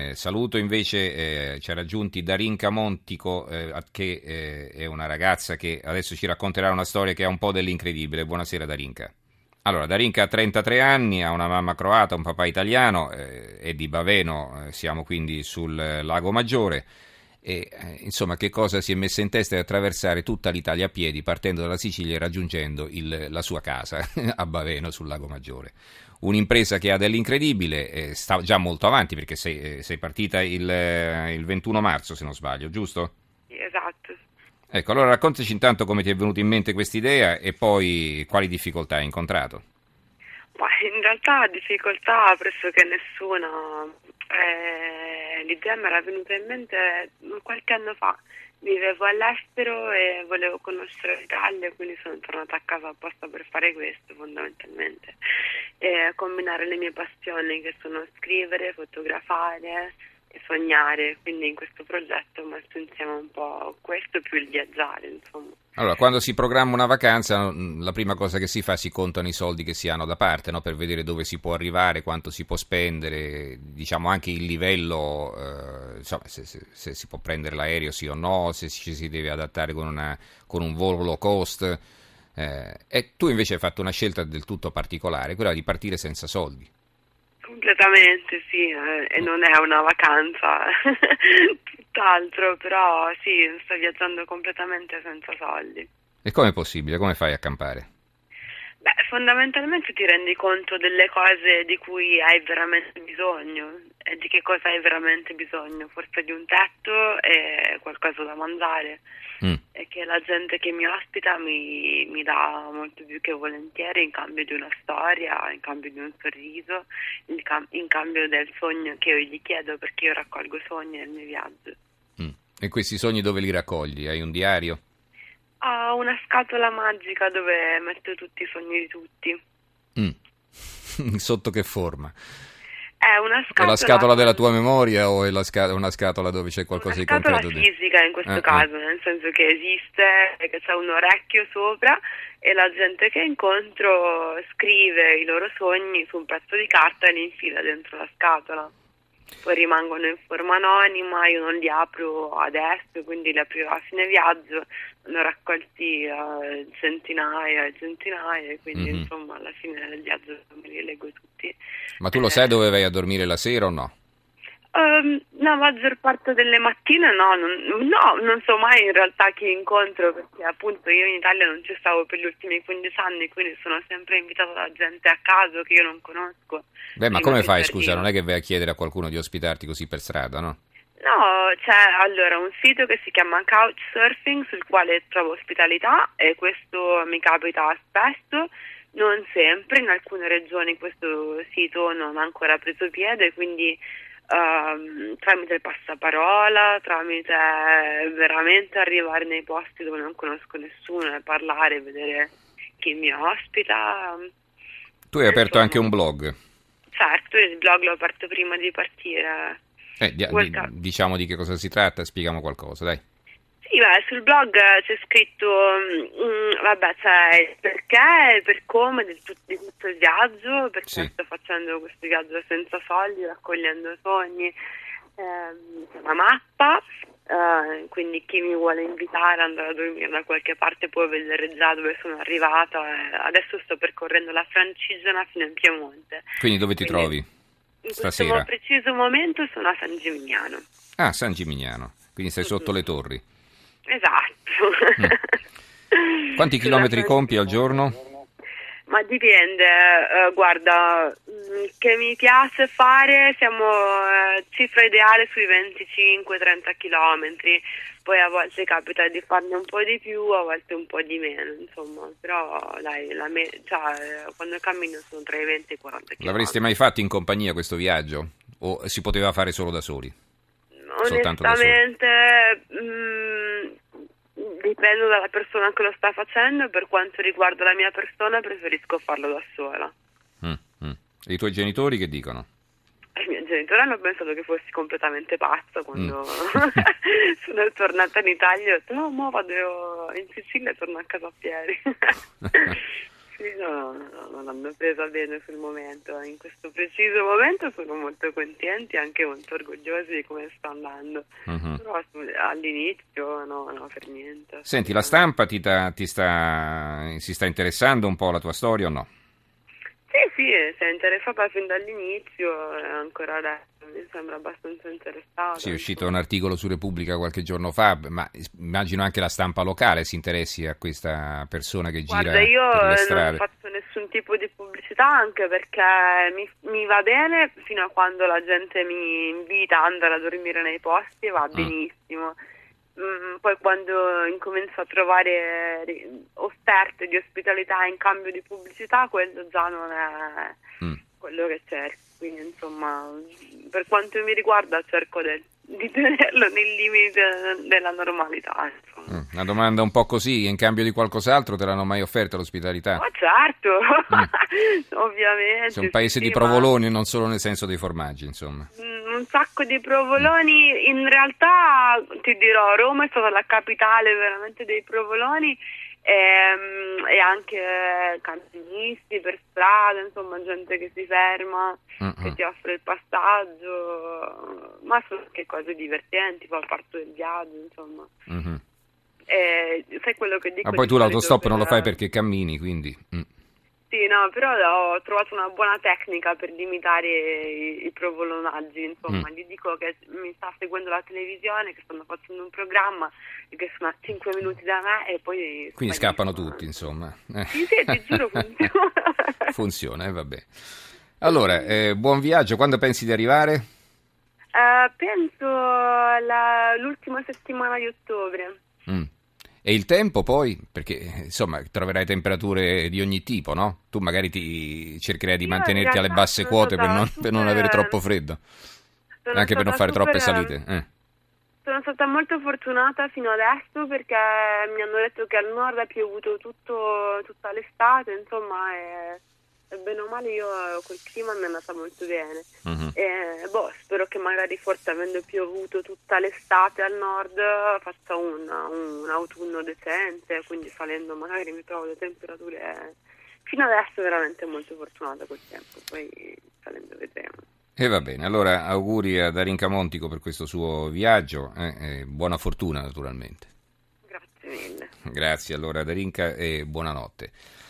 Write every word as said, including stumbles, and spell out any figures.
Eh, saluto invece, eh, ci ha raggiunti Darinka Montico, eh, che eh, è una ragazza che adesso ci racconterà una storia che ha un po' dell'incredibile. Buonasera Darinka. Allora, Darinka ha trentatré anni, ha una mamma croata, un papà italiano, eh, è di Baveno, eh, siamo quindi sul eh, Lago Maggiore. E eh, insomma, che cosa si è messa in testa? Di attraversare tutta l'Italia a piedi, partendo dalla Sicilia e raggiungendo il, la sua casa a Baveno sul Lago Maggiore. Un'impresa che ha dell'incredibile, eh, sta già molto avanti perché sei, eh, sei partita il, eh, il ventuno marzo, se non sbaglio, giusto? Esatto. Ecco, allora raccontaci intanto come ti è venuta in mente questa idea e poi quali difficoltà hai incontrato. Ma in realtà difficoltà pressoché nessuna. Eh, l'idea mi era venuta in mente qualche anno fa. Vivevo all'estero e volevo conoscere l'Italia, quindi sono tornata a casa apposta per fare questo, fondamentalmente. E combinare le mie passioni, che sono scrivere, fotografare e sognare. Quindi in questo progetto ho messo insieme un po' questo più il viaggiare, insomma. Allora, quando si programma una vacanza, la prima cosa che si fa, si contano i soldi che si hanno da parte, no? Per vedere dove si può arrivare, quanto si può spendere, diciamo anche il livello, eh, insomma, se, se, se si può prendere l'aereo sì o no, se ci si deve adattare con, una, con un volo low cost. Eh, e tu invece hai fatto una scelta del tutto particolare, quella di partire senza soldi. Completamente sì, eh, e non è una vacanza, tutt'altro, però sì, sto viaggiando completamente senza soldi. E com'è possibile? Come fai a campare? Beh, fondamentalmente ti rendi conto delle cose di cui hai veramente bisogno e di che cosa hai veramente bisogno, forse di un tetto e qualcosa da mangiare. Mm. E che la gente che mi ospita mi, mi dà molto più che volentieri in cambio di una storia, in cambio di un sorriso, in, cam- in cambio del sogno che io gli chiedo, perché io raccolgo sogni nel mio viaggio. Mm. E questi sogni dove li raccogli? Hai un diario? Ho una scatola magica dove metto tutti i sogni di tutti. Mm. Sotto che forma? È una scatola... È la scatola della tua memoria o è la sca- una scatola dove c'è qualcosa di concreto? Una scatola fisica in questo eh, caso, eh. nel senso che esiste, che c'è un orecchio sopra e la gente che incontro scrive i loro sogni su un pezzo di carta e li infila dentro la scatola. Poi rimangono in forma anonima, io non li apro adesso, quindi li aprirò a fine viaggio, ne ho raccolti uh, centinaia e centinaia, e quindi mm-hmm. insomma alla fine del viaggio me li leggo tutti. Ma tu lo eh, sai dove vai a dormire la sera o no? Um, la maggior parte delle mattine no, non, no, non so mai in realtà chi incontro, perché appunto io in Italia non ci stavo per gli ultimi quindici anni, quindi sono sempre invitata da gente a caso che io non conosco. Beh, ma come fai, scusa, non è che vai a chiedere a qualcuno di ospitarti così per strada, no? No, c'è allora un sito che si chiama Couchsurfing sul quale trovo ospitalità e questo mi capita spesso. Non sempre, in alcune regioni questo sito non ha ancora preso piede, quindi uh, tramite passaparola, tramite veramente arrivare nei posti dove non conosco nessuno e parlare, vedere chi mi ospita. Tu hai Insomma, aperto anche un blog. Certo, il blog l'ho aperto prima di partire. Eh, di, di, diciamo di che cosa si tratta, spieghiamo qualcosa, dai. Sì, beh, sul blog c'è scritto, mh, vabbè, c'è il perché, il per come di, tut- di tutto il viaggio, perché sì. sto facendo questo viaggio senza soldi, raccogliendo sogni, ehm, una mappa, eh, quindi chi mi vuole invitare ad andare a dormire da qualche parte può vedere già dove sono arrivata. Eh, adesso sto percorrendo la Francigena fino in Piemonte. Quindi dove ti quindi, trovi in stasera? In questo preciso momento sono a San Gimignano. Ah, San Gimignano, quindi stai sotto mm-hmm. le torri. Esatto. Mm. Quanti chilometri compi al giorno? Ma dipende, uh, guarda, che mi piace fare, siamo uh, cifra ideale sui venticinque trenta chilometri, poi a volte capita di farne un po' di più, a volte un po' di meno, insomma, però dai, la me- cioè, quando cammino sono tra i venti e i quaranta chilometri. L'avreste mai fatto in compagnia questo viaggio? O si poteva fare solo da soli? Onestamente mh, dipende dalla persona che lo sta facendo. Per quanto riguarda la mia persona preferisco farlo da sola. Mm, mm. E i tuoi genitori che dicono? I miei genitori hanno pensato che fossi completamente pazza quando mm. sono tornata in Italia. Ho detto no, mo vado in Sicilia e torno a casa a piedi. Sì, no, no, no, non l'hanno presa bene sul momento. In questo preciso momento sono molto contenti e anche molto orgogliosi di come sta andando. Uh-huh. Però all'inizio no, no, per niente. Senti, la stampa ti, ta, ti sta, si sta interessando un po' alla tua storia o no? Sì, sì, si è interessata fin dall'inizio e ancora adesso mi sembra abbastanza interessata. Sì, è uscito un articolo su Repubblica qualche giorno fa, ma immagino anche la stampa locale si interessi a questa persona che gira Guarda, io per le strade. non faccio nessun tipo di pubblicità anche perché mi, mi va bene fino a quando la gente mi invita ad andare a dormire nei posti, va benissimo. Mm, poi quando incomincio a trovare offerte di ospitalità in cambio di pubblicità, quello già non è mm. quello che cerco. Quindi insomma, per quanto mi riguarda cerco de- di tenerlo nei limiti della normalità. Mm. Una domanda un po' così, in cambio di qualcos'altro te l'hanno mai offerta l'ospitalità? Oh certo, mm. ovviamente. Sei un paese sì, di provoloni, ma... non solo nel senso dei formaggi, insomma. Un sacco di provoloni, mm. in realtà ti dirò, Roma è stata la capitale veramente dei provoloni e, e anche cantinisti per strada, insomma gente che si ferma, mm-hmm. che ti offre il passaggio, ma sono anche cose divertenti, poi parto del viaggio, insomma. Mm-hmm. E, sai quello che dico? Ma poi tu l'autostop per... non lo fai perché cammini, quindi... Mm. Sì, no, però ho trovato una buona tecnica per limitare i, i provolonaggi, insomma, mm. gli dico che mi sta seguendo la televisione, che stanno facendo un programma e che sono a cinque minuti da me e poi... Quindi scappano tutti, insomma. Eh. Sì, sì, ti giuro, funziona. Funziona, eh, vabbè. Allora, eh, buon viaggio, quando pensi di arrivare? Uh, penso la, l'ultima settimana di ottobre. Mm. E il tempo poi? Perché insomma troverai temperature di ogni tipo, no? Tu magari ti cercherai di Io mantenerti alle basse quote per non, super... per non avere troppo freddo, sono anche per non fare super... troppe salite. Eh. Sono stata molto fortunata fino adesso perché mi hanno detto che al nord è piovuto tutto, tutta l'estate, insomma, e, e bene o male io col clima mi è andata molto bene. Uh-huh. E, boh, spero che magari forse avendo piovuto tutta l'estate al nord faccia un, un autunno decente, quindi salendo magari mi trovo le temperature fino adesso veramente molto fortunata col tempo, poi salendo vedremo. E va bene, allora auguri a Darinka Montico per questo suo viaggio eh, e buona fortuna naturalmente. Grazie mille. Grazie allora Darinka e buonanotte.